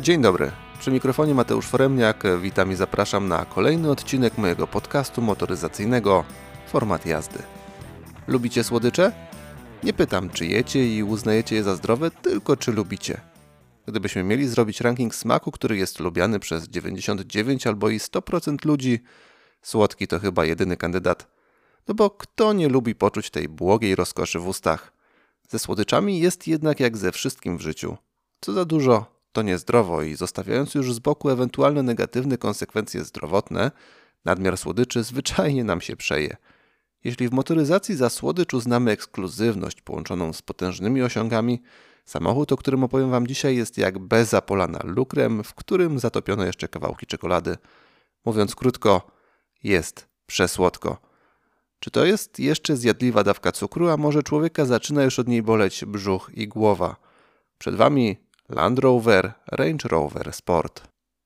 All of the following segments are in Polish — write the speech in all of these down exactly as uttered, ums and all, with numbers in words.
Dzień dobry, przy mikrofonie Mateusz Foremniak, witam i zapraszam na kolejny odcinek mojego podcastu motoryzacyjnego Format jazdy. Lubicie słodycze? Nie pytam, czy jecie i uznajecie je za zdrowe, tylko czy lubicie. Gdybyśmy mieli zrobić ranking smaku, który jest lubiany przez dziewięćdziesiąt dziewięć albo i sto procent ludzi, słodki to chyba jedyny kandydat. No bo kto nie lubi poczuć tej błogiej rozkoszy w ustach? Ze słodyczami jest jednak jak ze wszystkim w życiu. Co za dużo, to niezdrowo i zostawiając już z boku ewentualne negatywne konsekwencje zdrowotne, nadmiar słodyczy zwyczajnie nam się przeje. Jeśli w motoryzacji za słodycz uznamy ekskluzywność połączoną z potężnymi osiągami, samochód, o którym opowiem Wam dzisiaj, jest jak beza polana lukrem, w którym zatopiono jeszcze kawałki czekolady. Mówiąc krótko, jest przesłodko. Czy to jest jeszcze zjadliwa dawka cukru, a może człowieka zaczyna już od niej boleć brzuch i głowa? Przed Wami Land Rover Range Rover Sport.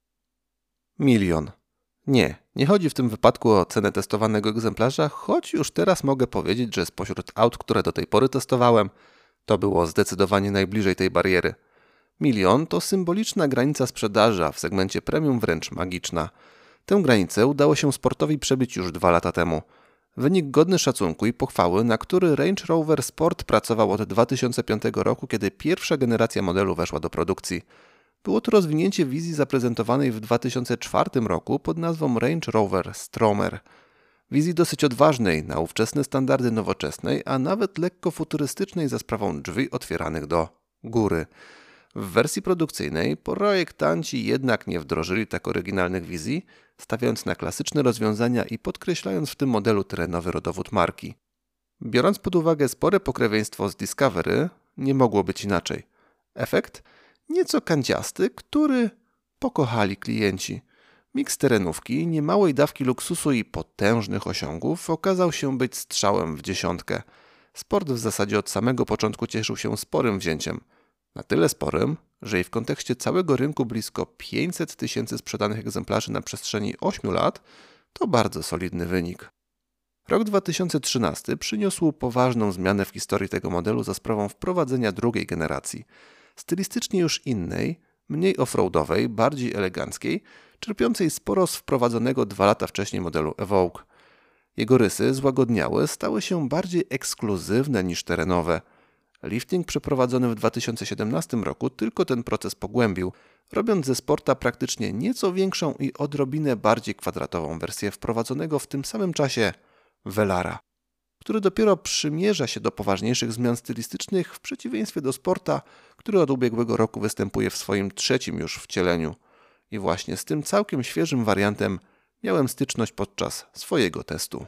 Milion. Nie, nie chodzi w tym wypadku o cenę testowanego egzemplarza, choć już teraz mogę powiedzieć, że spośród aut, które do tej pory testowałem, to było zdecydowanie najbliżej tej bariery. Milion to symboliczna granica sprzedaży, a w segmencie premium wręcz magiczna. Tę granicę udało się Sportowi przebić już dwa lata temu. Wynik godny szacunku i pochwały, na który Range Rover Sport pracował od dwa tysiące piątego roku, kiedy pierwsza generacja modelu weszła do produkcji. Było to rozwinięcie wizji zaprezentowanej w dwa tysiące czwartym roku pod nazwą Range Rover Stromer. Wizji dosyć odważnej, na ówczesne standardy nowoczesnej, a nawet lekko futurystycznej za sprawą drzwi otwieranych do góry. W wersji produkcyjnej projektanci jednak nie wdrożyli tak oryginalnych wizji, stawiając na klasyczne rozwiązania i podkreślając w tym modelu terenowy rodowód marki. Biorąc pod uwagę spore pokrewieństwo z Discovery, nie mogło być inaczej. Efekt? Nieco kanciasty, który pokochali klienci. Miks terenówki, niemałej dawki luksusu i potężnych osiągów okazał się być strzałem w dziesiątkę. Sport w zasadzie od samego początku cieszył się sporym wzięciem. Na tyle sporym, że i w kontekście całego rynku blisko pięćset tysięcy sprzedanych egzemplarzy na przestrzeni ośmiu lat to bardzo solidny wynik. Rok dwa tysiące trzynasty przyniósł poważną zmianę w historii tego modelu za sprawą wprowadzenia drugiej generacji. Stylistycznie już innej, mniej offroadowej, bardziej eleganckiej, czerpiącej sporo z wprowadzonego dwa lata wcześniej modelu Evoque. Jego rysy złagodniałe stały się bardziej ekskluzywne niż terenowe. Lifting przeprowadzony w dwa tysiące siedemnastym roku tylko ten proces pogłębił, robiąc ze Sporta praktycznie nieco większą i odrobinę bardziej kwadratową wersję wprowadzonego w tym samym czasie Velara, który dopiero przymierza się do poważniejszych zmian stylistycznych w przeciwieństwie do Sporta, który od ubiegłego roku występuje w swoim trzecim już wcieleniu. I właśnie z tym całkiem świeżym wariantem miałem styczność podczas swojego testu.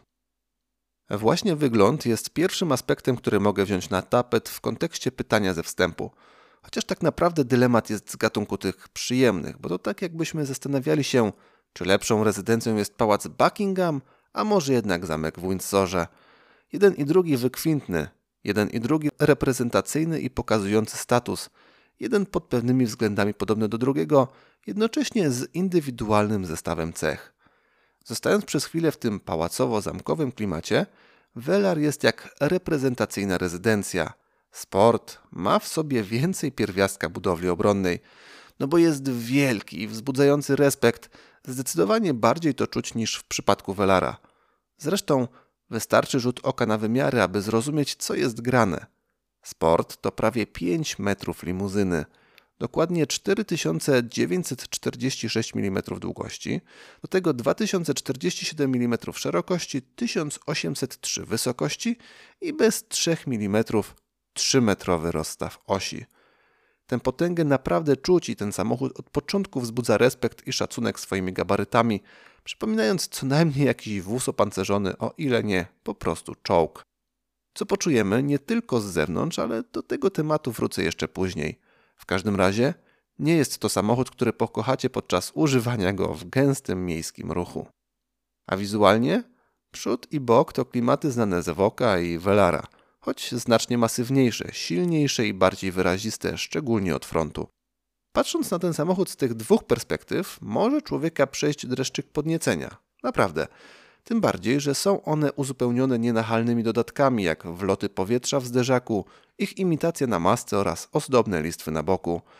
Właśnie wygląd jest pierwszym aspektem, który mogę wziąć na tapet w kontekście pytania ze wstępu. Chociaż tak naprawdę dylemat jest z gatunku tych przyjemnych, bo to tak jakbyśmy zastanawiali się, czy lepszą rezydencją jest pałac Buckingham, a może jednak zamek w Windsorze. Jeden i drugi wykwintny, jeden i drugi reprezentacyjny i pokazujący status, jeden pod pewnymi względami podobny do drugiego, jednocześnie z indywidualnym zestawem cech. Zostając przez chwilę w tym pałacowo-zamkowym klimacie, Velar jest jak reprezentacyjna rezydencja. Sport ma w sobie więcej pierwiastka budowli obronnej, no bo jest wielki i wzbudzający respekt, zdecydowanie bardziej to czuć niż w przypadku Velara. Zresztą wystarczy rzut oka na wymiary, aby zrozumieć, co jest grane. Sport to prawie pięć metrów limuzyny. Dokładnie cztery tysiące dziewięćset czterdzieści sześć milimetrów długości, do tego dwa tysiące czterdzieści siedem milimetrów szerokości, tysiąc osiemset trzy wysokości i bez trzech milimetrów trzymetrowy rozstaw osi. Tę potęgę naprawdę czuć i ten samochód od początku wzbudza respekt i szacunek swoimi gabarytami, przypominając co najmniej jakiś wóz opancerzony, o ile nie po prostu czołg. Co poczujemy nie tylko z zewnątrz, ale do tego tematu wrócę jeszcze później. W każdym razie nie jest to samochód, który pokochacie podczas używania go w gęstym miejskim ruchu. A wizualnie? Przód i bok to klimaty znane z Evoque'a i Velara, choć znacznie masywniejsze, silniejsze i bardziej wyraziste, szczególnie od frontu. Patrząc na ten samochód z tych dwóch perspektyw, może człowieka przejść dreszczyk podniecenia. Naprawdę. Tym bardziej, że są one uzupełnione nienachalnymi dodatkami, jak wloty powietrza w zderzaku, ich imitacja na masce oraz ozdobne listwy na boku.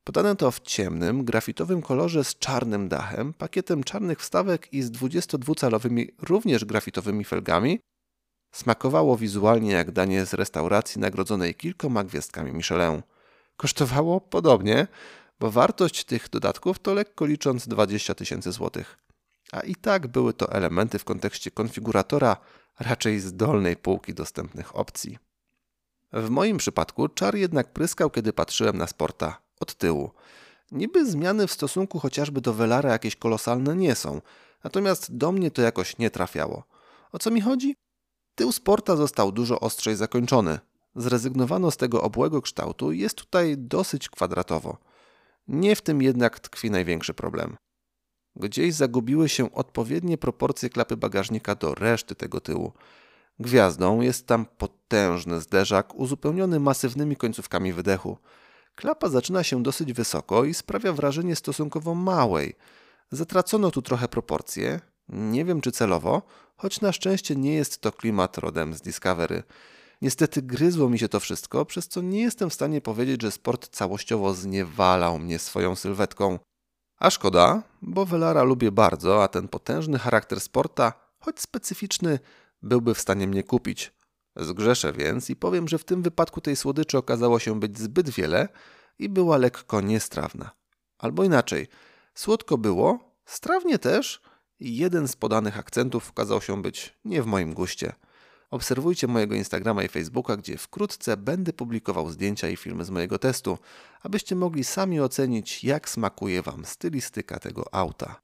Podane to w ciemnym, grafitowym kolorze z czarnym dachem, pakietem czarnych wstawek i z dwudziestodwucalowymi również grafitowymi felgami, smakowało wizualnie jak danie z restauracji nagrodzonej kilkoma gwiazdkami Michelin. Kosztowało podobnie, bo wartość tych dodatków to lekko licząc dwadzieścia tysięcy złotych. A i tak były to elementy w kontekście konfiguratora raczej z dolnej półki dostępnych opcji. W moim przypadku czar jednak pryskał, kiedy patrzyłem na Sporta od tyłu. Niby zmiany w stosunku chociażby do Velara jakieś kolosalne nie są, natomiast do mnie to jakoś nie trafiało. O co mi chodzi? Tył Sporta został dużo ostrzej zakończony. Zrezygnowano z tego obłego kształtu i jest tutaj dosyć kwadratowo. Nie w tym jednak tkwi największy problem. Gdzieś zagubiły się odpowiednie proporcje klapy bagażnika do reszty tego tyłu. Gwiazdą jest tam potężny zderzak uzupełniony masywnymi końcówkami wydechu. Klapa zaczyna się dosyć wysoko i sprawia wrażenie stosunkowo małej. Zatracono tu trochę proporcje, nie wiem czy celowo, choć na szczęście nie jest to klimat rodem z Discovery. Niestety gryzło mi się to wszystko, przez co nie jestem w stanie powiedzieć, że Sport całościowo zniewalał mnie swoją sylwetką. A szkoda, bo Velara lubię bardzo, a ten potężny charakter Sporta, choć specyficzny, byłby w stanie mnie kupić. Zgrzeszę więc i powiem, że w tym wypadku tej słodyczy okazało się być zbyt wiele i była lekko niestrawna. Albo inaczej, słodko było, strawnie też i jeden z podanych akcentów okazał się być nie w moim guście. Obserwujcie mojego Instagrama i Facebooka, gdzie wkrótce będę publikował zdjęcia i filmy z mojego testu, abyście mogli sami ocenić, jak smakuje Wam stylistyka tego auta.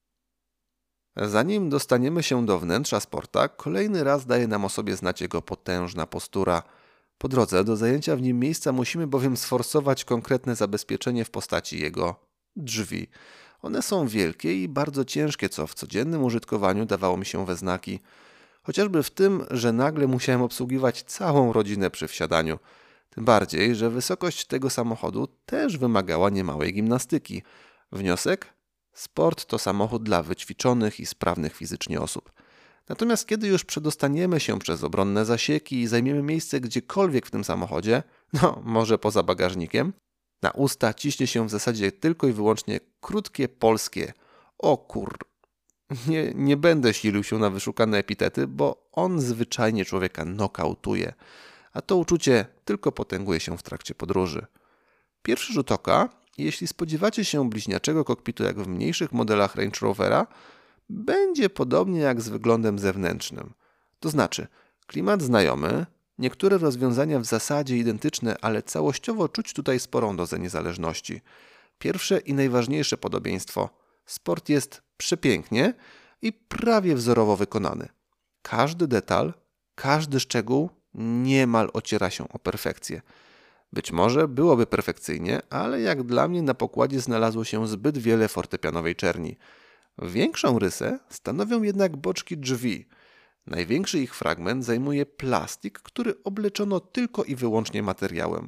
Zanim dostaniemy się do wnętrza Sporta, kolejny raz daje nam o sobie znać jego potężna postura. Po drodze do zajęcia w nim miejsca musimy bowiem sforsować konkretne zabezpieczenie w postaci jego drzwi. One są wielkie i bardzo ciężkie, co w codziennym użytkowaniu dawało mi się we znaki. Chociażby w tym, że nagle musiałem obsługiwać całą rodzinę przy wsiadaniu. Tym bardziej, że wysokość tego samochodu też wymagała niemałej gimnastyki. Wniosek? Sport to samochód dla wyćwiczonych i sprawnych fizycznie osób. Natomiast kiedy już przedostaniemy się przez obronne zasieki i zajmiemy miejsce gdziekolwiek w tym samochodzie, no może poza bagażnikiem, na usta ciśnie się w zasadzie tylko i wyłącznie krótkie polskie o kur... Nie, nie będę silił się na wyszukane epitety, bo on zwyczajnie człowieka nokautuje, a to uczucie tylko potęguje się w trakcie podróży. Pierwszy rzut oka, jeśli spodziewacie się bliźniaczego kokpitu jak w mniejszych modelach Range Rovera, będzie podobnie jak z wyglądem zewnętrznym. To znaczy, klimat znajomy, niektóre rozwiązania w zasadzie identyczne, ale całościowo czuć tutaj sporą dozę niezależności. Pierwsze i najważniejsze podobieństwo. Sport jest przepięknie i prawie wzorowo wykonany. Każdy detal, każdy szczegół niemal ociera się o perfekcję. Być może byłoby perfekcyjnie, ale jak dla mnie na pokładzie znalazło się zbyt wiele fortepianowej czerni. Większą rysę stanowią jednak boczki drzwi. Największy ich fragment zajmuje plastik, który obleczono tylko i wyłącznie materiałem.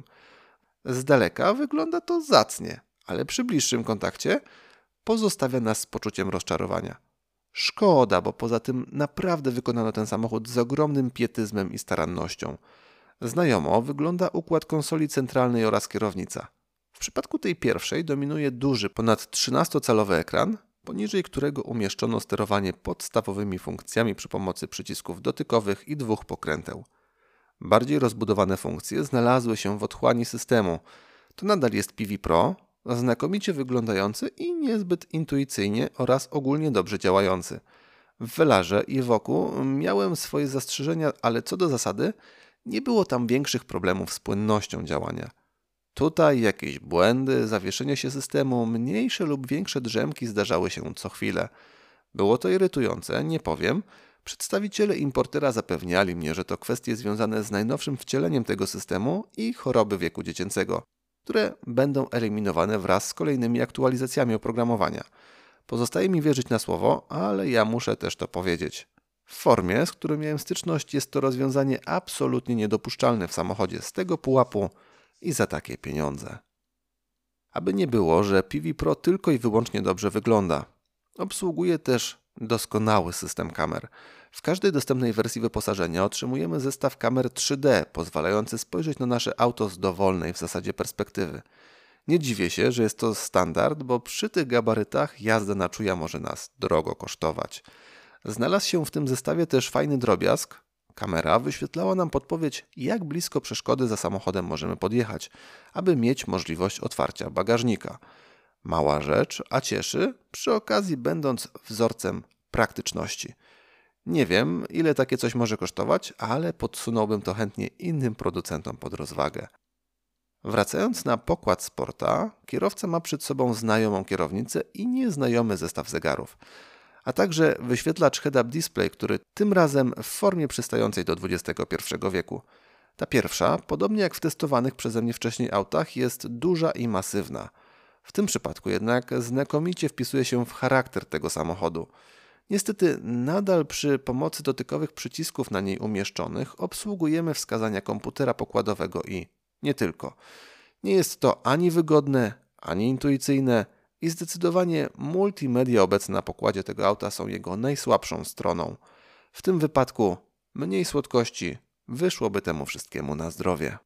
Z daleka wygląda to zacnie, ale przy bliższym kontakcie pozostawia nas z poczuciem rozczarowania. Szkoda, bo poza tym naprawdę wykonano ten samochód z ogromnym pietyzmem i starannością. Znajomo wygląda układ konsoli centralnej oraz kierownica. W przypadku tej pierwszej dominuje duży, ponad trzynastocalowy ekran, poniżej którego umieszczono sterowanie podstawowymi funkcjami przy pomocy przycisków dotykowych i dwóch pokręteł. Bardziej rozbudowane funkcje znalazły się w otchłani systemu. To nadal jest P V Pro, znakomicie wyglądający i niezbyt intuicyjnie oraz ogólnie dobrze działający. W Velarze i Evoque'u miałem swoje zastrzeżenia, ale co do zasady nie było tam większych problemów z płynnością działania. Tutaj jakieś błędy, zawieszenie się systemu, mniejsze lub większe drzemki zdarzały się co chwilę. Było to irytujące, nie powiem. Przedstawiciele importera zapewniali mnie, że to kwestie związane z najnowszym wcieleniem tego systemu i choroby wieku dziecięcego, które będą eliminowane wraz z kolejnymi aktualizacjami oprogramowania. Pozostaje mi wierzyć na słowo, ale ja muszę też to powiedzieć. W formie, z którą miałem styczność, jest to rozwiązanie absolutnie niedopuszczalne w samochodzie z tego pułapu i za takie pieniądze. Aby nie było, że P V Pro tylko i wyłącznie dobrze wygląda. Obsługuje też doskonały system kamer. W każdej dostępnej wersji wyposażenia otrzymujemy zestaw kamer trzy D, pozwalający spojrzeć na nasze auto z dowolnej w zasadzie perspektywy. Nie dziwię się, że jest to standard, bo przy tych gabarytach jazda na czuja może nas drogo kosztować. Znalazł się w tym zestawie też fajny drobiazg. Kamera wyświetlała nam podpowiedź, jak blisko przeszkody za samochodem możemy podjechać, aby mieć możliwość otwarcia bagażnika. Mała rzecz, a cieszy, przy okazji będąc wzorcem praktyczności. Nie wiem, ile takie coś może kosztować, ale podsunąłbym to chętnie innym producentom pod rozwagę. Wracając na pokład Sporta, kierowca ma przed sobą znajomą kierownicę i nieznajomy zestaw zegarów, a także wyświetlacz head-up display, który tym razem w formie przystającej do dwudziestego pierwszego wieku. Ta pierwsza, podobnie jak w testowanych przeze mnie wcześniej autach, jest duża i masywna. W tym przypadku jednak znakomicie wpisuje się w charakter tego samochodu. Niestety nadal przy pomocy dotykowych przycisków na niej umieszczonych obsługujemy wskazania komputera pokładowego i nie tylko. Nie jest to ani wygodne, ani intuicyjne i zdecydowanie multimedia obecne na pokładzie tego auta są jego najsłabszą stroną. W tym wypadku mniej słodkości wyszłoby temu wszystkiemu na zdrowie.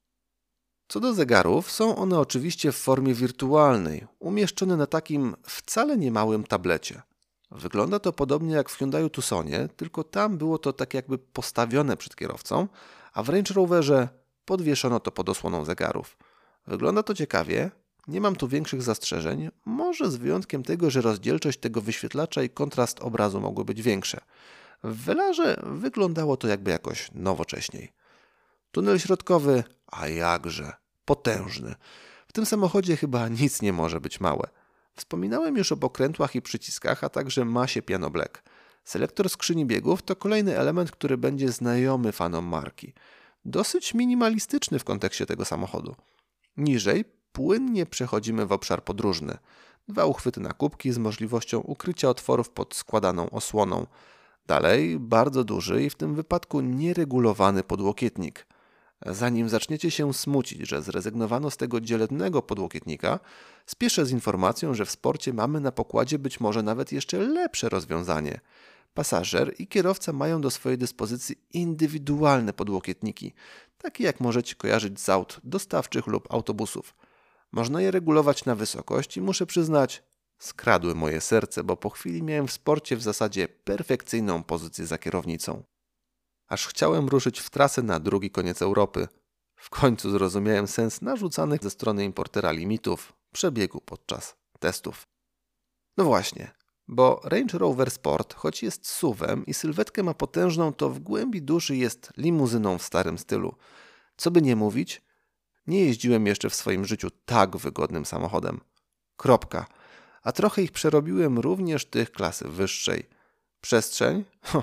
Co do zegarów, są one oczywiście w formie wirtualnej, umieszczone na takim wcale nie małym tablecie. Wygląda to podobnie jak w Hyundai Tucsonie, tylko tam było to tak jakby postawione przed kierowcą, a w Range Roverze podwieszono to pod osłoną zegarów. Wygląda to ciekawie, nie mam tu większych zastrzeżeń, może z wyjątkiem tego, że rozdzielczość tego wyświetlacza i kontrast obrazu mogły być większe. W Velarze wyglądało to jakby jakoś nowocześniej. Tunel środkowy, a jakże, potężny. W tym samochodzie chyba nic nie może być małe. Wspominałem już o pokrętłach i przyciskach, a także masie Piano Black. Selektor skrzyni biegów to kolejny element, który będzie znajomy fanom marki. Dosyć minimalistyczny w kontekście tego samochodu. Niżej płynnie przechodzimy w obszar podróżny. Dwa uchwyty na kubki z możliwością ukrycia otworów pod składaną osłoną. Dalej bardzo duży i w tym wypadku nieregulowany podłokietnik. Zanim zaczniecie się smucić, że zrezygnowano z tego dzieletnego podłokietnika, spieszę z informacją, że w Sporcie mamy na pokładzie być może nawet jeszcze lepsze rozwiązanie. Pasażer i kierowca mają do swojej dyspozycji indywidualne podłokietniki, takie jak możecie kojarzyć z aut dostawczych lub autobusów. Można je regulować na wysokość i muszę przyznać, skradły moje serce, bo po chwili miałem w Sporcie w zasadzie perfekcyjną pozycję za kierownicą. Aż chciałem ruszyć w trasę na drugi koniec Europy. W końcu zrozumiałem sens narzucanych ze strony importera limitów przebiegu podczas testów. No właśnie, bo Range Rover Sport, choć jest suwem i sylwetkę ma potężną, to w głębi duszy jest limuzyną w starym stylu. Co by nie mówić, nie jeździłem jeszcze w swoim życiu tak wygodnym samochodem. Kropka. A trochę ich przerobiłem również tych klasy wyższej. Przestrzeń?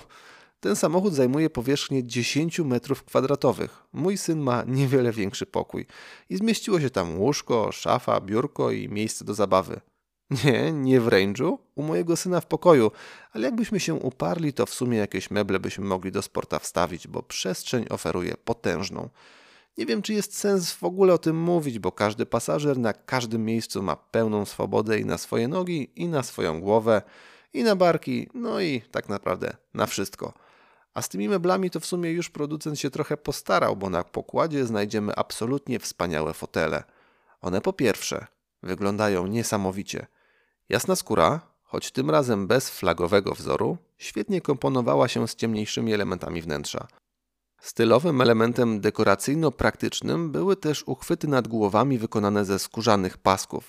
Ten samochód zajmuje powierzchnię dziesięć metrów kwadratowych. Mój syn ma niewiele większy pokój i zmieściło się tam łóżko, szafa, biurko i miejsce do zabawy. Nie, nie w range'u, u mojego syna w pokoju, ale jakbyśmy się uparli, to w sumie jakieś meble byśmy mogli do Sporta wstawić, bo przestrzeń oferuje potężną. Nie wiem, czy jest sens w ogóle o tym mówić, bo każdy pasażer na każdym miejscu ma pełną swobodę i na swoje nogi, i na swoją głowę, i na barki, no i tak naprawdę na wszystko. A z tymi meblami to w sumie już producent się trochę postarał, bo na pokładzie znajdziemy absolutnie wspaniałe fotele. One po pierwsze wyglądają niesamowicie. Jasna skóra, choć tym razem bez flagowego wzoru, świetnie komponowała się z ciemniejszymi elementami wnętrza. Stylowym elementem dekoracyjno-praktycznym były też uchwyty nad głowami wykonane ze skórzanych pasków.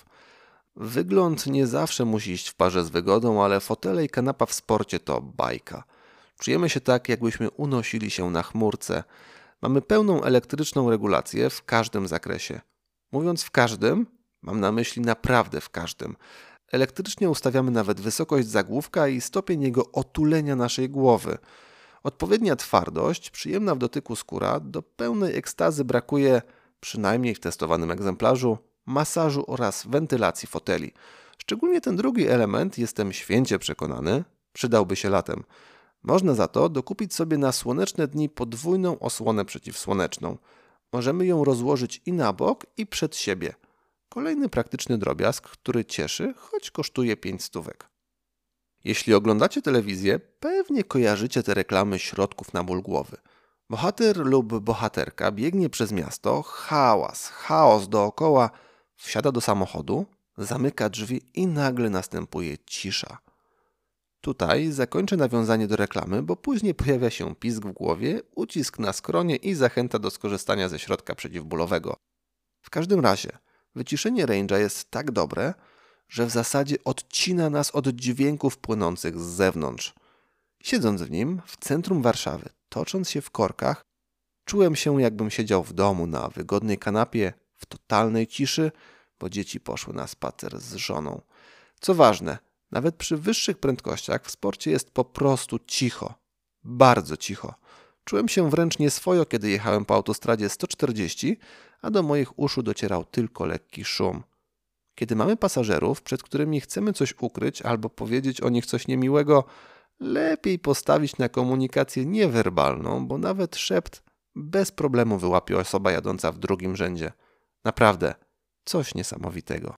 Wygląd nie zawsze musi iść w parze z wygodą, ale fotele i kanapa w Sporcie to bajka. Czujemy się tak, jakbyśmy unosili się na chmurce. Mamy pełną elektryczną regulację w każdym zakresie. Mówiąc w każdym, mam na myśli naprawdę w każdym. Elektrycznie ustawiamy nawet wysokość zagłówka i stopień jego otulenia naszej głowy. Odpowiednia twardość, przyjemna w dotyku skóra, do pełnej ekstazy brakuje, przynajmniej w testowanym egzemplarzu, masażu oraz wentylacji foteli. Szczególnie ten drugi element, jestem święcie przekonany, przydałby się latem. Można za to dokupić sobie na słoneczne dni podwójną osłonę przeciwsłoneczną. Możemy ją rozłożyć i na bok, i przed siebie. Kolejny praktyczny drobiazg, który cieszy, choć kosztuje pięć stówek. Jeśli oglądacie telewizję, pewnie kojarzycie te reklamy środków na ból głowy. Bohater lub bohaterka biegnie przez miasto, hałas, chaos dookoła, Wsiada do samochodu, zamyka drzwi i nagle następuje cisza. Tutaj zakończę nawiązanie do reklamy, bo później pojawia się pisk w głowie, ucisk na skronie i zachęta do skorzystania ze środka przeciwbólowego. W każdym razie, wyciszenie Range'a jest tak dobre, że w zasadzie odcina nas od dźwięków płynących z zewnątrz. Siedząc w nim, w centrum Warszawy, tocząc się w korkach, czułem się, jakbym siedział w domu na wygodnej kanapie, w totalnej ciszy, bo dzieci poszły na spacer z żoną. Co ważne, nawet przy wyższych prędkościach w sporcie jest po prostu cicho. Bardzo cicho. Czułem się wręcz nieswojo, kiedy jechałem po autostradzie sto czterdzieści, a do moich uszu docierał tylko lekki szum. Kiedy mamy pasażerów, przed którymi chcemy coś ukryć albo powiedzieć o nich coś niemiłego, lepiej postawić na komunikację niewerbalną, bo nawet szept bez problemu wyłapie osoba jadąca w drugim rzędzie. Naprawdę, coś niesamowitego.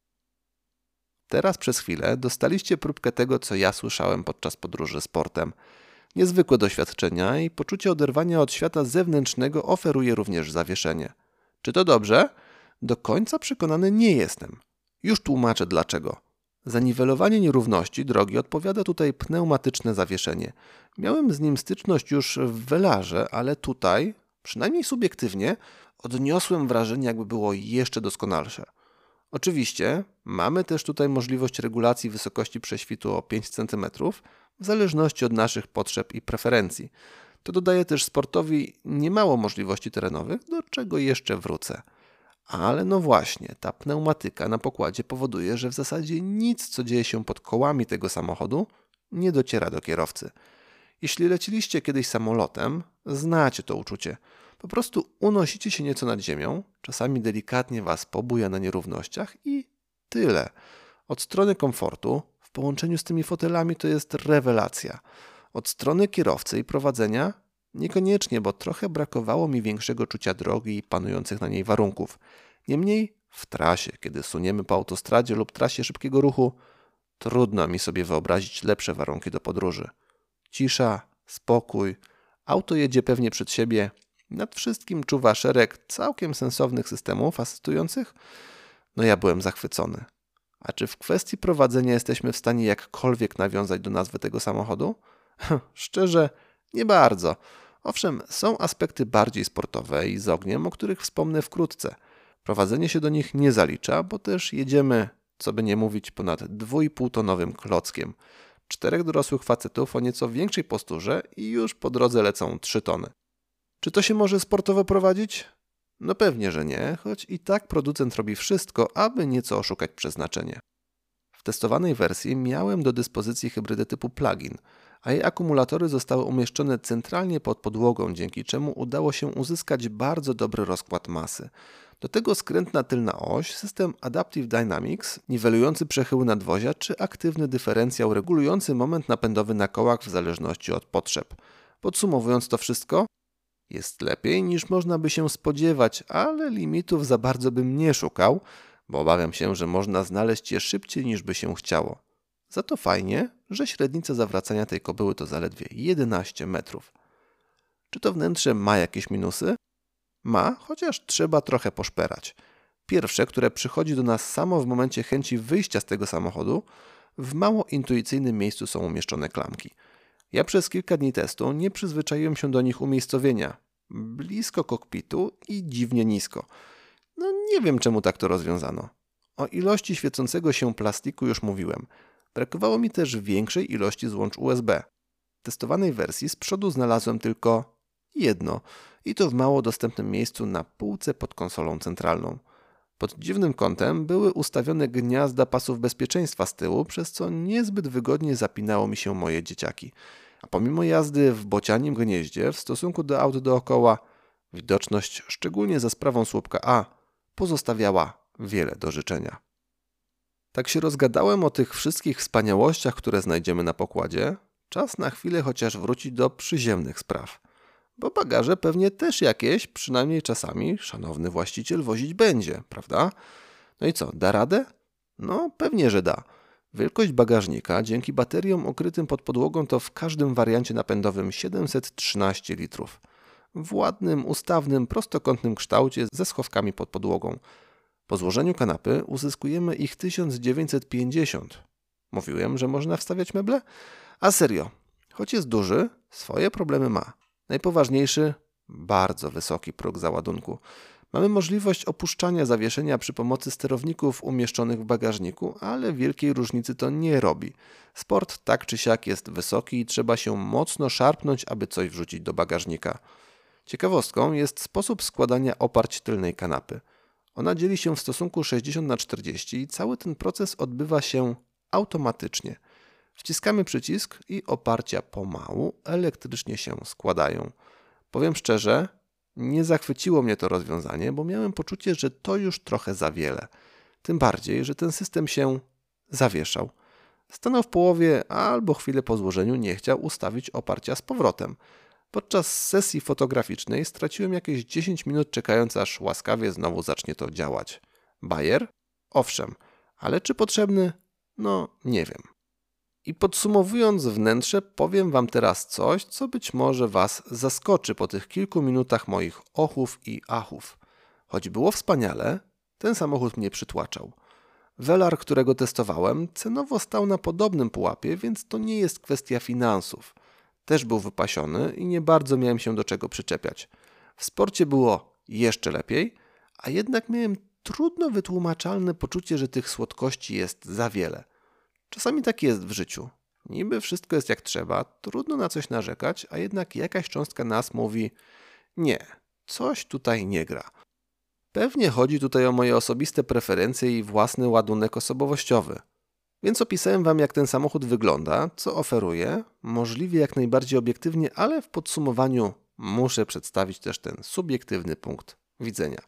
Teraz przez chwilę dostaliście próbkę tego, co ja słyszałem podczas podróży sportem. Niezwykłe doświadczenia i poczucie oderwania od świata zewnętrznego oferuje również zawieszenie. Czy to dobrze? Do końca przekonany nie jestem. Już tłumaczę dlaczego. Za niwelowanie nierówności drogi odpowiada tutaj pneumatyczne zawieszenie. Miałem z nim styczność już w Velarze, ale tutaj, przynajmniej subiektywnie, odniosłem wrażenie, jakby było jeszcze doskonalsze. Oczywiście mamy też tutaj możliwość regulacji wysokości prześwitu o pięć centymetrów w zależności od naszych potrzeb i preferencji. To dodaje też sportowi niemało możliwości terenowych, do czego jeszcze wrócę. Ale no właśnie, ta pneumatyka na pokładzie powoduje, że w zasadzie nic, co dzieje się pod kołami tego samochodu, nie dociera do kierowcy. Jeśli leciliście kiedyś samolotem, znacie to uczucie. Po prostu unosicie się nieco nad ziemią, czasami delikatnie was pobuja na nierównościach i tyle. Od strony komfortu, w połączeniu z tymi fotelami, to jest rewelacja. Od strony kierowcy i prowadzenia niekoniecznie, bo trochę brakowało mi większego czucia drogi i panujących na niej warunków. Niemniej w trasie, kiedy suniemy po autostradzie lub trasie szybkiego ruchu, trudno mi sobie wyobrazić lepsze warunki do podróży. Cisza, spokój, auto jedzie pewnie przed siebie, nad wszystkim czuwa szereg całkiem sensownych systemów asystujących. No ja byłem zachwycony. A czy w kwestii prowadzenia jesteśmy w stanie jakkolwiek nawiązać do nazwy tego samochodu? Szczerze, nie bardzo. Owszem, są aspekty bardziej sportowe i z ogniem, o których wspomnę wkrótce. Prowadzenie się do nich nie zalicza, bo też jedziemy, co by nie mówić, ponad dwuipółtonowym klockiem. Czterech dorosłych facetów o nieco większej posturze i już po drodze lecą trzy tony. Czy to się może sportowo prowadzić? No pewnie, że nie, choć i tak producent robi wszystko, aby nieco oszukać przeznaczenie. W testowanej wersji miałem do dyspozycji hybrydę typu plug-in, a jej akumulatory zostały umieszczone centralnie pod podłogą, dzięki czemu udało się uzyskać bardzo dobry rozkład masy. Do tego skrętna tylna oś, system Adaptive Dynamics, niwelujący przechyły nadwozia czy aktywny dyferencjał regulujący moment napędowy na kołach w zależności od potrzeb. Podsumowując to wszystko, jest lepiej niż można by się spodziewać, ale limitów za bardzo bym nie szukał, bo obawiam się, że można znaleźć je szybciej niż by się chciało. Za to fajnie, że średnica zawracania tej kobyły to zaledwie jedenaście metrów. Czy to wnętrze ma jakieś minusy? Ma, chociaż trzeba trochę poszperać. Pierwsze, które przychodzi do nas samo w momencie chęci wyjścia z tego samochodu, w mało intuicyjnym miejscu są umieszczone klamki. Ja przez kilka dni testu nie przyzwyczaiłem się do nich umiejscowienia. Blisko kokpitu i dziwnie nisko. No nie wiem, czemu tak to rozwiązano. O ilości świecącego się plastiku już mówiłem. Brakowało mi też większej ilości złącz U S B. W testowanej wersji z przodu znalazłem tylko jedno i to w mało dostępnym miejscu na półce pod konsolą centralną. Pod dziwnym kątem były ustawione gniazda pasów bezpieczeństwa z tyłu, przez co niezbyt wygodnie zapinało mi się moje dzieciaki. A pomimo jazdy w bocianim gnieździe w stosunku do aut dookoła, widoczność, szczególnie za sprawą słupka A, pozostawiała wiele do życzenia. Tak się rozgadałem o tych wszystkich wspaniałościach, które znajdziemy na pokładzie. Czas na chwilę chociaż wrócić do przyziemnych spraw. Bo bagaże pewnie też jakieś, przynajmniej czasami, szanowny właściciel wozić będzie, prawda? No i co, da radę? No pewnie, że da. Wielkość bagażnika dzięki bateriom ukrytym pod podłogą to w każdym wariancie napędowym siedemset trzynaście litrów. W ładnym, ustawnym, prostokątnym kształcie ze schowkami pod podłogą. Po złożeniu kanapy uzyskujemy ich tysiąc dziewięćset pięćdziesiąt. Mówiłem, że można wstawiać meble? A serio, choć jest duży, swoje problemy ma. Najpoważniejszy, bardzo wysoki próg załadunku. Mamy możliwość opuszczania zawieszenia przy pomocy sterowników umieszczonych w bagażniku, ale wielkiej różnicy to nie robi. Sport tak czy siak jest wysoki i trzeba się mocno szarpnąć, aby coś wrzucić do bagażnika. Ciekawostką jest sposób składania oparć tylnej kanapy. Ona dzieli się w stosunku sześćdziesiąt na czterdzieści i cały ten proces odbywa się automatycznie. Wciskamy przycisk i oparcia pomału elektrycznie się składają. Powiem szczerze, nie zachwyciło mnie to rozwiązanie, bo miałem poczucie, że to już trochę za wiele. Tym bardziej, że ten system się zawieszał. Stanął w połowie albo chwilę po złożeniu nie chciał ustawić oparcia z powrotem. Podczas sesji fotograficznej straciłem jakieś dziesięć minut czekając, aż łaskawie znowu zacznie to działać. Bajer? Owszem, ale czy potrzebny? No, nie wiem. I podsumowując wnętrze, powiem Wam teraz coś, co być może Was zaskoczy po tych kilku minutach moich ochów i achów. Choć było wspaniale, ten samochód mnie przytłaczał. Velar, którego testowałem, cenowo stał na podobnym pułapie, więc to nie jest kwestia finansów. Też był wypasiony i nie bardzo miałem się do czego przyczepiać. W sporcie było jeszcze lepiej, a jednak miałem trudno wytłumaczalne poczucie, że tych słodkości jest za wiele. Czasami tak jest w życiu. Niby wszystko jest jak trzeba, trudno na coś narzekać, a jednak jakaś cząstka nas mówi: nie, coś tutaj nie gra. Pewnie chodzi tutaj o moje osobiste preferencje i własny ładunek osobowościowy. Więc opisałem Wam, jak ten samochód wygląda, co oferuje, możliwie jak najbardziej obiektywnie, ale w podsumowaniu muszę przedstawić też ten subiektywny punkt widzenia.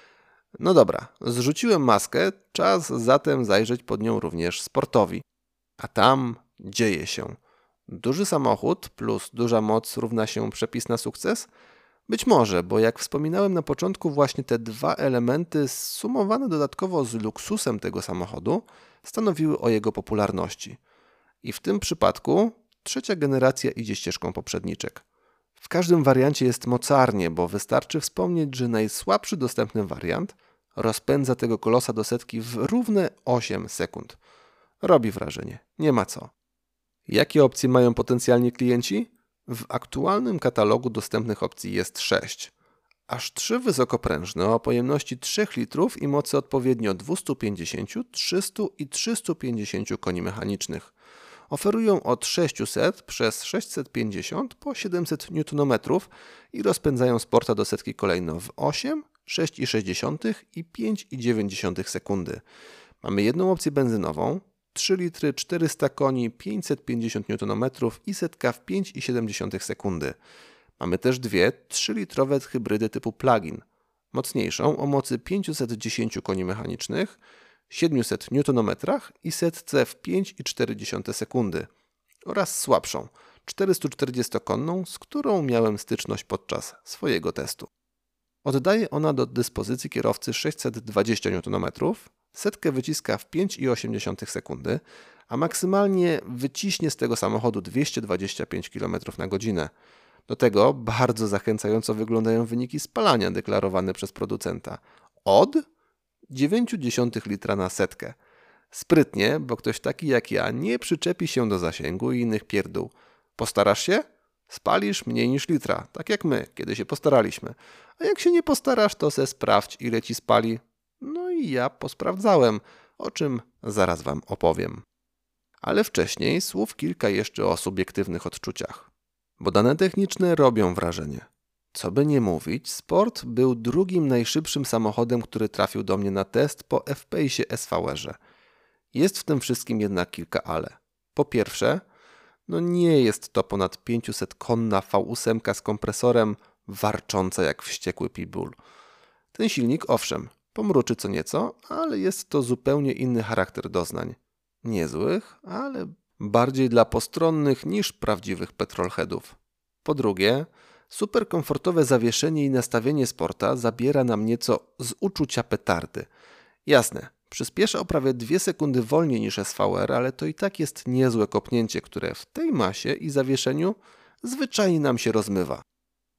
No dobra, zrzuciłem maskę, czas zatem zajrzeć pod nią również sportowi. A tam dzieje się. Duży samochód plus duża moc równa się przepis na sukces? Być może, bo jak wspominałem na początku, właśnie te dwa elementy zsumowane dodatkowo z luksusem tego samochodu stanowiły o jego popularności. I w tym przypadku trzecia generacja idzie ścieżką poprzedniczek. W każdym wariancie jest mocarnie, bo wystarczy wspomnieć, że najsłabszy dostępny wariant rozpędza tego kolosa do setki w równe osiem sekund. Robi wrażenie, nie ma co. Jakie opcje mają potencjalni klienci? W aktualnym katalogu dostępnych opcji jest sześć. Aż trzy wysokoprężne o pojemności trzy litrów i mocy odpowiednio dwieście pięćdziesiąt, trzysta i trzysta pięćdziesiąt koni mechanicznych. Oferują od sześćset przez sześćset pięćdziesiąt po siedemset niutonometrów i rozpędzają sporta do setki kolejno w osiem, sześć przecinek sześć i pięć przecinek dziewięć sekundy. Mamy jedną opcję benzynową, trzy litry, czterysta koni, pięćset pięćdziesiąt niutonometrów i setka w pięć przecinek siedem sekundy. Mamy też dwie trzylitrowe hybrydy typu plug-in. Mocniejszą o mocy pięćset dziesięć koni mechanicznych, siedemset niutonometrach i setce w pięć przecinek cztery sekundy. Oraz słabszą, czterystaczterdziestokonną, z którą miałem styczność podczas swojego testu. Oddaje ona do dyspozycji kierowcy sześćset dwadzieścia niutonometrów, setkę wyciska w pięć przecinek osiem sekundy, a maksymalnie wyciśnie z tego samochodu dwieście dwadzieścia pięć kilometrów na godzinę. Do tego bardzo zachęcająco wyglądają wyniki spalania deklarowane przez producenta. Od dziewięć przecinek pięć litra na setkę. Sprytnie, bo ktoś taki jak ja nie przyczepi się do zasięgu i innych pierdół. Postarasz się? Spalisz mniej niż litra, tak jak my, kiedy się postaraliśmy. A jak się nie postarasz, to se sprawdź, ile ci spali. No i ja posprawdzałem, o czym zaraz Wam opowiem. Ale wcześniej słów kilka jeszcze o subiektywnych odczuciach. Bo dane techniczne robią wrażenie. Co by nie mówić, Sport był drugim najszybszym samochodem, który trafił do mnie na test po F-Pace'ie S V R-ze. Jest w tym wszystkim jednak kilka ale. Po pierwsze, no nie jest to ponad pięćset konna V osiem z kompresorem warcząca jak wściekły pitbull. Ten silnik, owszem, pomruczy co nieco, ale jest to zupełnie inny charakter doznań. Niezłych, ale bardziej dla postronnych niż prawdziwych petrolheadów. Po drugie, super komfortowe zawieszenie i nastawienie Sporta zabiera nam nieco z uczucia petardy. Jasne, przyspiesza o prawie dwie sekundy wolniej niż S V R, ale to i tak jest niezłe kopnięcie, które w tej masie i zawieszeniu zwyczajnie nam się rozmywa.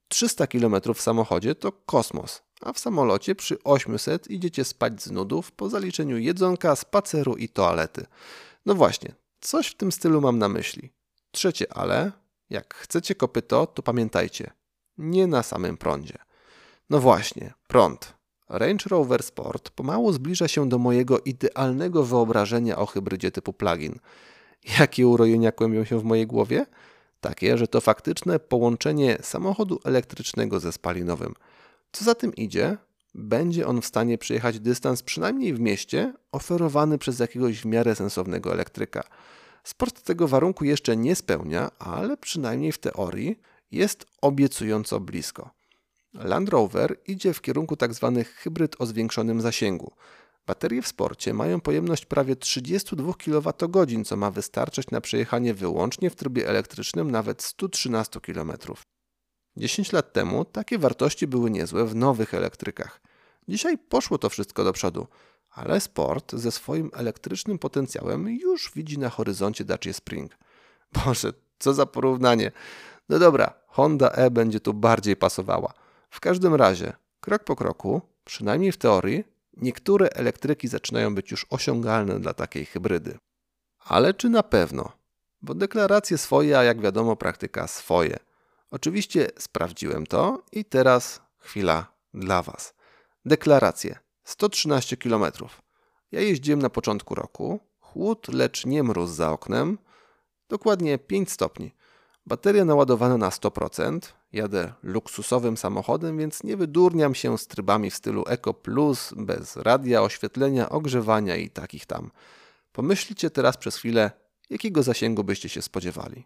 trzysta kilometrów w samochodzie to kosmos, a w samolocie przy osiemset idziecie spać z nudów po zaliczeniu jedzonka, spaceru i toalety. No właśnie, coś w tym stylu mam na myśli. Trzecie ale, jak chcecie kopyto, to pamiętajcie, nie na samym prądzie. No właśnie, prąd. Range Rover Sport pomału zbliża się do mojego idealnego wyobrażenia o hybrydzie typu plug-in. Jakie urojenia kłębią się w mojej głowie? Takie, że to faktyczne połączenie samochodu elektrycznego ze spalinowym. Co za tym idzie, będzie on w stanie przejechać dystans przynajmniej w mieście oferowany przez jakiegoś w miarę sensownego elektryka. Sport tego warunku jeszcze nie spełnia, ale przynajmniej w teorii jest obiecująco blisko. Land Rover idzie w kierunku tzw. hybryd o zwiększonym zasięgu. Baterie w sporcie mają pojemność prawie trzydzieści dwa kilowatogodziny, co ma wystarczyć na przejechanie wyłącznie w trybie elektrycznym nawet sto trzynaście kilometrów. dziesięć lat temu takie wartości były niezłe w nowych elektrykach. Dzisiaj poszło to wszystko do przodu, ale Sport ze swoim elektrycznym potencjałem już widzi na horyzoncie Dacia Spring. Boże, co za porównanie. No dobra, Honda E będzie tu bardziej pasowała. W każdym razie, krok po kroku, przynajmniej w teorii, niektóre elektryki zaczynają być już osiągalne dla takiej hybrydy. Ale czy na pewno? Bo deklaracje swoje, a jak wiadomo praktyka swoje. Oczywiście sprawdziłem to i teraz chwila dla Was. Deklaracje. sto trzynaście kilometrów. Ja jeździłem na początku roku. Chłód, lecz nie mróz za oknem. Dokładnie pięć stopni. Bateria naładowana na sto procent. Jadę luksusowym samochodem, więc nie wydurniam się z trybami w stylu Eco Plus, bez radia, oświetlenia, ogrzewania i takich tam. Pomyślcie teraz przez chwilę, jakiego zasięgu byście się spodziewali.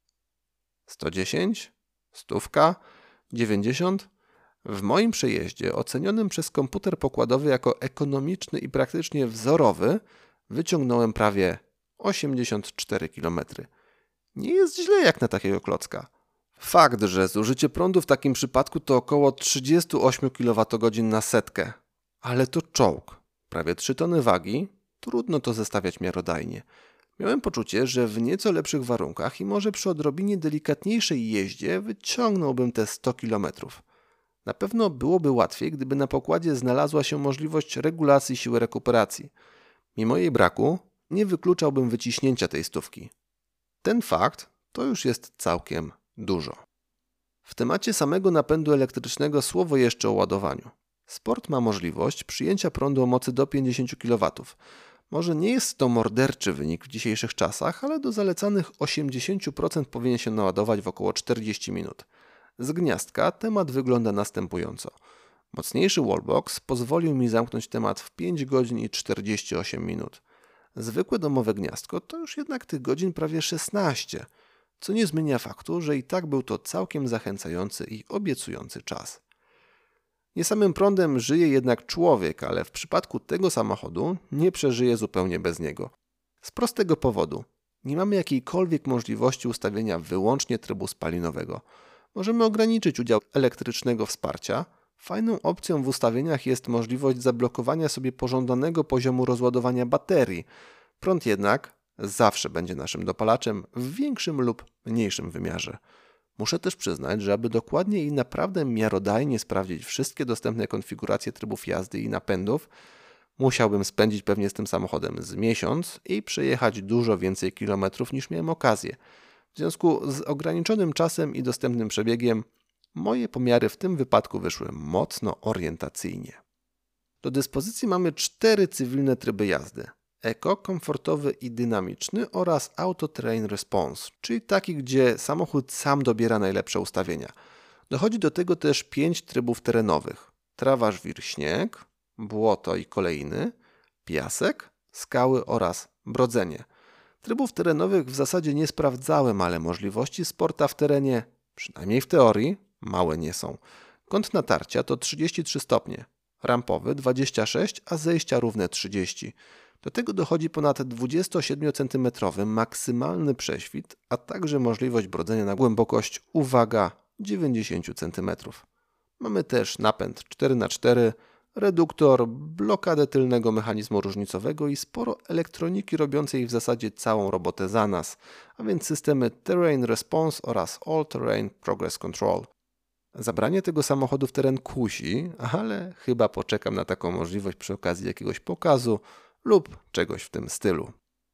sto dziesięć? Stówka? dziewięćdziesiąt? W moim przejeździe, ocenionym przez komputer pokładowy jako ekonomiczny i praktycznie wzorowy, wyciągnąłem prawie osiemdziesiąt cztery kilometry. Nie jest źle jak na takiego klocka. Fakt, że zużycie prądu w takim przypadku to około trzydzieści osiem kilowatogodzin na setkę. Ale to czołg. Prawie trzy tony wagi. Trudno to zestawiać miarodajnie. Miałem poczucie, że w nieco lepszych warunkach i może przy odrobinie delikatniejszej jeździe wyciągnąłbym te sto kilometrów. Na pewno byłoby łatwiej, gdyby na pokładzie znalazła się możliwość regulacji siły rekuperacji. Mimo jej braku, nie wykluczałbym wyciśnięcia tej stówki. Ten fakt to już jest całkiem dużo. W temacie samego napędu elektrycznego słowo jeszcze o ładowaniu. Sport ma możliwość przyjęcia prądu o mocy do pięćdziesiąt kilowatów. Może nie jest to morderczy wynik w dzisiejszych czasach, ale do zalecanych osiemdziesiąt procent powinien się naładować w około czterdzieści minut. Z gniazdka temat wygląda następująco. Mocniejszy wallbox pozwolił mi zamknąć temat w pięć godzin i czterdzieści osiem minut. Zwykłe domowe gniazdko to już jednak tych godzin prawie szesnaście, co nie zmienia faktu, że i tak był to całkiem zachęcający i obiecujący czas. Nie samym prądem żyje jednak człowiek, ale w przypadku tego samochodu nie przeżyje zupełnie bez niego. Z prostego powodu. Nie mamy jakiejkolwiek możliwości ustawienia wyłącznie trybu spalinowego. Możemy ograniczyć udział elektrycznego wsparcia. Fajną opcją w ustawieniach jest możliwość zablokowania sobie pożądanego poziomu rozładowania baterii. Prąd jednak zawsze będzie naszym dopalaczem w większym lub mniejszym wymiarze. Muszę też przyznać, że aby dokładnie i naprawdę miarodajnie sprawdzić wszystkie dostępne konfiguracje trybów jazdy i napędów, musiałbym spędzić pewnie z tym samochodem z miesiąc i przejechać dużo więcej kilometrów niż miałem okazję. W związku z ograniczonym czasem i dostępnym przebiegiem, moje pomiary w tym wypadku wyszły mocno orientacyjnie. Do dyspozycji mamy cztery cywilne tryby jazdy. Eco, komfortowy i dynamiczny oraz Auto Terrain Response, czyli taki, gdzie samochód sam dobiera najlepsze ustawienia. Dochodzi do tego też pięć trybów terenowych. Trawa, żwir, śnieg, błoto i kolejny, piasek, skały oraz brodzenie. Trybów terenowych w zasadzie nie sprawdzałem, ale możliwości sporta w terenie, przynajmniej w teorii, małe nie są. Kąt natarcia to trzydzieści trzy stopnie, rampowy dwadzieścia sześć, a zejścia równe trzydzieści. Do tego dochodzi ponad dwudziestosiedmiocentymetrowy maksymalny prześwit, a także możliwość brodzenia na głębokość, uwaga, dziewięćdziesiąt centymetrów. Mamy też napęd cztery na cztery, reduktor, blokadę tylnego mechanizmu różnicowego i sporo elektroniki robiącej w zasadzie całą robotę za nas, a więc systemy Terrain Response oraz All Terrain Progress Control. Zabranie tego samochodu w teren kusi, ale chyba poczekam na taką możliwość przy okazji jakiegoś pokazu lub czegoś w tym stylu.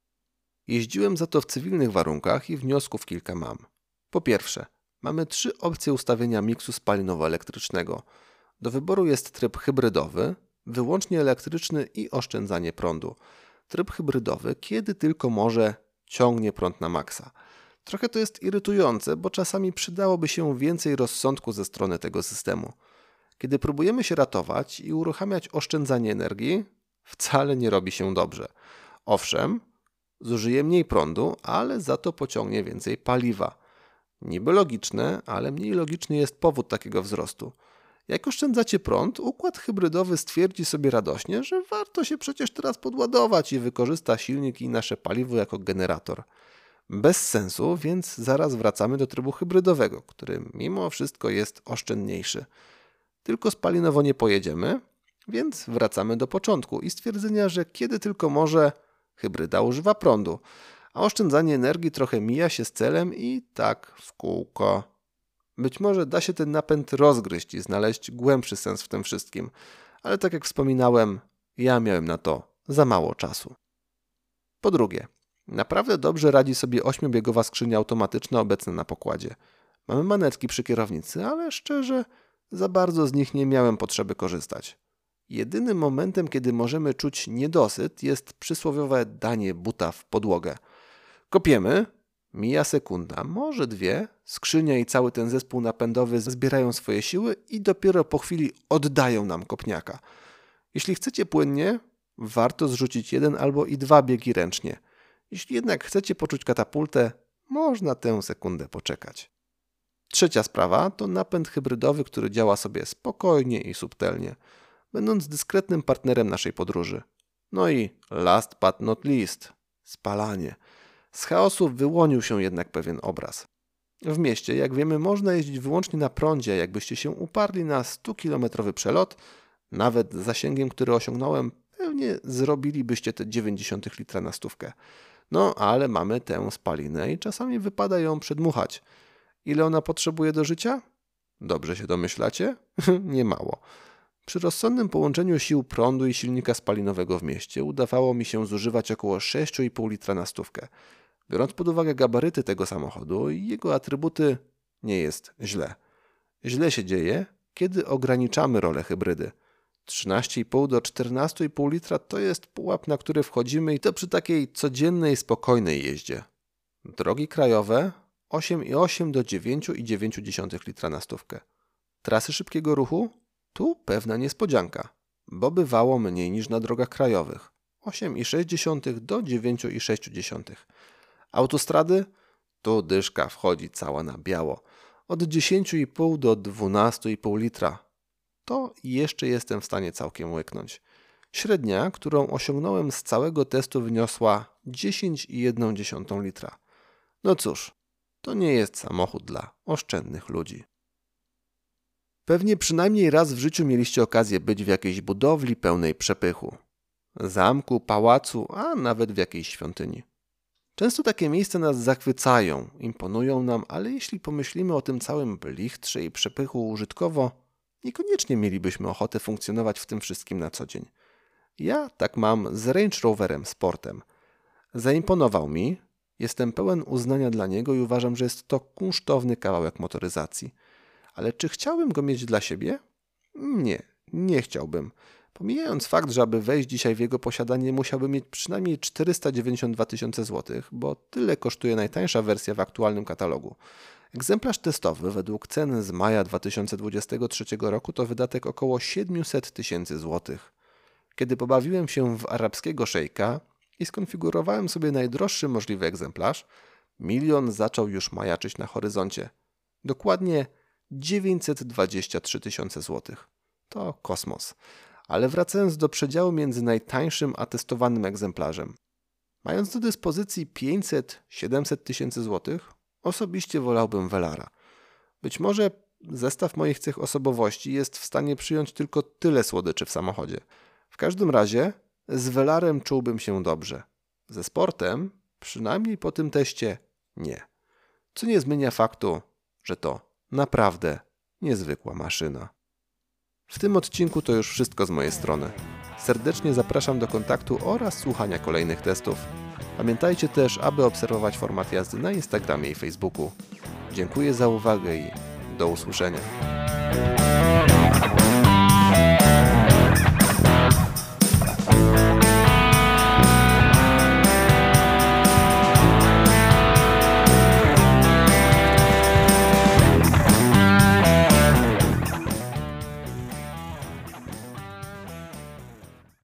Jeździłem za to w cywilnych warunkach i wniosków kilka mam. Po pierwsze, mamy trzy opcje ustawienia miksu spalinowo-elektrycznego. Do wyboru jest tryb hybrydowy, wyłącznie elektryczny i oszczędzanie prądu. Tryb hybrydowy, kiedy tylko może, ciągnie prąd na maksa. Trochę to jest irytujące, bo czasami przydałoby się więcej rozsądku ze strony tego systemu. Kiedy próbujemy się ratować i uruchamiać oszczędzanie energii, wcale nie robi się dobrze. Owszem, zużyje mniej prądu, ale za to pociągnie więcej paliwa. Niby logiczne, ale mniej logiczny jest powód takiego wzrostu. Jak oszczędzacie prąd, układ hybrydowy stwierdzi sobie radośnie, że warto się przecież teraz podładować i wykorzysta silnik i nasze paliwo jako generator. Bez sensu, więc zaraz wracamy do trybu hybrydowego, który mimo wszystko jest oszczędniejszy. Tylko spalinowo nie pojedziemy, więc wracamy do początku i stwierdzenia, że kiedy tylko może, hybryda używa prądu, a oszczędzanie energii trochę mija się z celem i tak w kółko. Być może da się ten napęd rozgryźć i znaleźć głębszy sens w tym wszystkim, ale tak jak wspominałem, ja miałem na to za mało czasu. Po drugie, naprawdę dobrze radzi sobie ośmiobiegowa skrzynia automatyczna obecna na pokładzie. Mamy manetki przy kierownicy, ale szczerze, za bardzo z nich nie miałem potrzeby korzystać. Jedynym momentem, kiedy możemy czuć niedosyt, jest przysłowiowe danie buta w podłogę. Kopiemy, mija sekunda, może dwie, skrzynia i cały ten zespół napędowy zbierają swoje siły i dopiero po chwili oddają nam kopniaka. Jeśli chcecie płynnie, warto zrzucić jeden albo i dwa biegi ręcznie. Jeśli jednak chcecie poczuć katapultę, można tę sekundę poczekać. Trzecia sprawa to napęd hybrydowy, który działa sobie spokojnie i subtelnie, będąc dyskretnym partnerem naszej podróży. No i last but not least, spalanie. Z chaosu wyłonił się jednak pewien obraz. W mieście, jak wiemy, można jeździć wyłącznie na prądzie. Jakbyście się uparli na stukilometrowy przelot, nawet z zasięgiem, który osiągnąłem, pewnie zrobilibyście te dziewięćdziesiąt litra na stówkę. No, ale mamy tę spalinę i czasami wypada ją przedmuchać. Ile ona potrzebuje do życia? Dobrze się domyślacie? Niemało. Przy rozsądnym połączeniu sił prądu i silnika spalinowego w mieście udawało mi się zużywać około sześć i pół litra na stówkę. Biorąc pod uwagę gabaryty tego samochodu i jego atrybuty, nie jest źle. Źle się dzieje, kiedy ograniczamy rolę hybrydy. trzynaście i pół do czternaście i pół litra to jest pułap, na który wchodzimy i to przy takiej codziennej, spokojnej jeździe. Drogi krajowe osiem i osiem do dziewięć i dziewięć litra na stówkę. Trasy szybkiego ruchu? Tu pewna niespodzianka, bo bywało mniej niż na drogach krajowych. osiem i sześć do dziewięć i sześć. Autostrady? Tu dyszka wchodzi cała na biało. Od dziesięć i pół do dwanaście i pół litra. To jeszcze jestem w stanie całkiem łyknąć. Średnia, którą osiągnąłem z całego testu, wyniosła dziesięć i jedna litra. No cóż, to nie jest samochód dla oszczędnych ludzi. Pewnie przynajmniej raz w życiu mieliście okazję być w jakiejś budowli pełnej przepychu. Zamku, pałacu, a nawet w jakiejś świątyni. Często takie miejsca nas zachwycają, imponują nam, ale jeśli pomyślimy o tym całym blichtrze i przepychu użytkowo, niekoniecznie mielibyśmy ochoty funkcjonować w tym wszystkim na co dzień. Ja tak mam z Range Roverem Sportem. Zaimponował mi, jestem pełen uznania dla niego i uważam, że jest to kunsztowny kawałek motoryzacji. Ale czy chciałbym go mieć dla siebie? Nie, nie chciałbym. Pomijając fakt, że aby wejść dzisiaj w jego posiadanie, musiałbym mieć przynajmniej czterysta dziewięćdziesiąt dwa tysiące złotych, bo tyle kosztuje najtańsza wersja w aktualnym katalogu. Egzemplarz testowy według cen z maja dwa tysiące dwudziestego trzeciego roku to wydatek około siedemset tysięcy złotych. Kiedy pobawiłem się w arabskiego szejka i skonfigurowałem sobie najdroższy możliwy egzemplarz, milion zaczął już majaczyć na horyzoncie. Dokładnie dziewięćset dwadzieścia trzy tysiące złotych. To kosmos. Ale wracając do przedziału między najtańszym a testowanym egzemplarzem. Mając do dyspozycji pięćset do siedemset tysięcy złotych, osobiście wolałbym Velara. Być może zestaw moich cech osobowości jest w stanie przyjąć tylko tyle słodyczy w samochodzie. W każdym razie z Velarem czułbym się dobrze. Ze Sportem, przynajmniej po tym teście, nie. Co nie zmienia faktu, że to naprawdę niezwykła maszyna. W tym odcinku to już wszystko z mojej strony. Serdecznie zapraszam do kontaktu oraz słuchania kolejnych testów. Pamiętajcie też, aby obserwować Format Jazdy na Instagramie i Facebooku. Dziękuję za uwagę i do usłyszenia.